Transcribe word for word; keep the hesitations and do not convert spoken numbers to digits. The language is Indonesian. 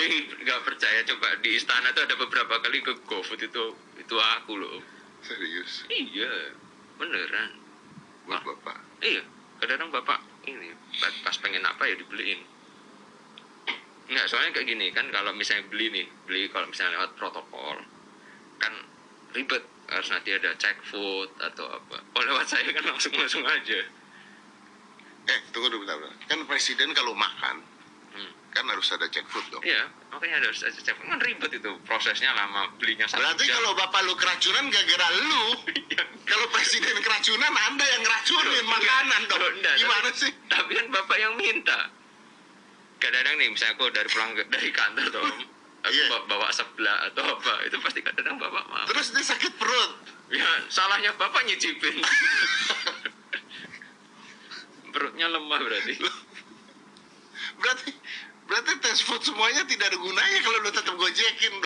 yang nggak percaya, coba di istana tuh ada beberapa kali ke GoFood itu itu aku loh. Serius? Iya, beneran. Buat Wah, bapak? Iya, kadang-kadang bapak ini pas pengen apa ya dibeliin. Enggak, soalnya kayak gini kan, kalau misalnya beli nih, beli kalau misalnya lewat protokol kan ribet, harus nanti ada cek food atau apa. Oh, lewat saya kan langsung langsung aja. Eh, tunggu dulu bentar, bentar. Kan presiden kalau makan, Hmm. kan harus ada cek food dong. Iya, makanya harus ada cek food, kan ribet itu prosesnya, lama, belinya satu Berarti jam. kalau bapak lu keracunan gara-gara lu, Iya. kalau presiden keracunan anda yang ngeracunin makanan dong. Loh, enggak, Gimana tapi, sih? Tapi kan bapak yang minta. Kadang-kadang nih, misalnya aku dari pulang ke, dari kantor tuh, aku Iya. bawa, bawa sebelah atau apa, itu pasti kadang-kadang bapak mau. Terus dia sakit perut. Ya, salahnya bapak nyicipin. Perutnya lemah berarti. Berarti berarti tes food semuanya tidak ada gunanya kalau lu tetap gojekin.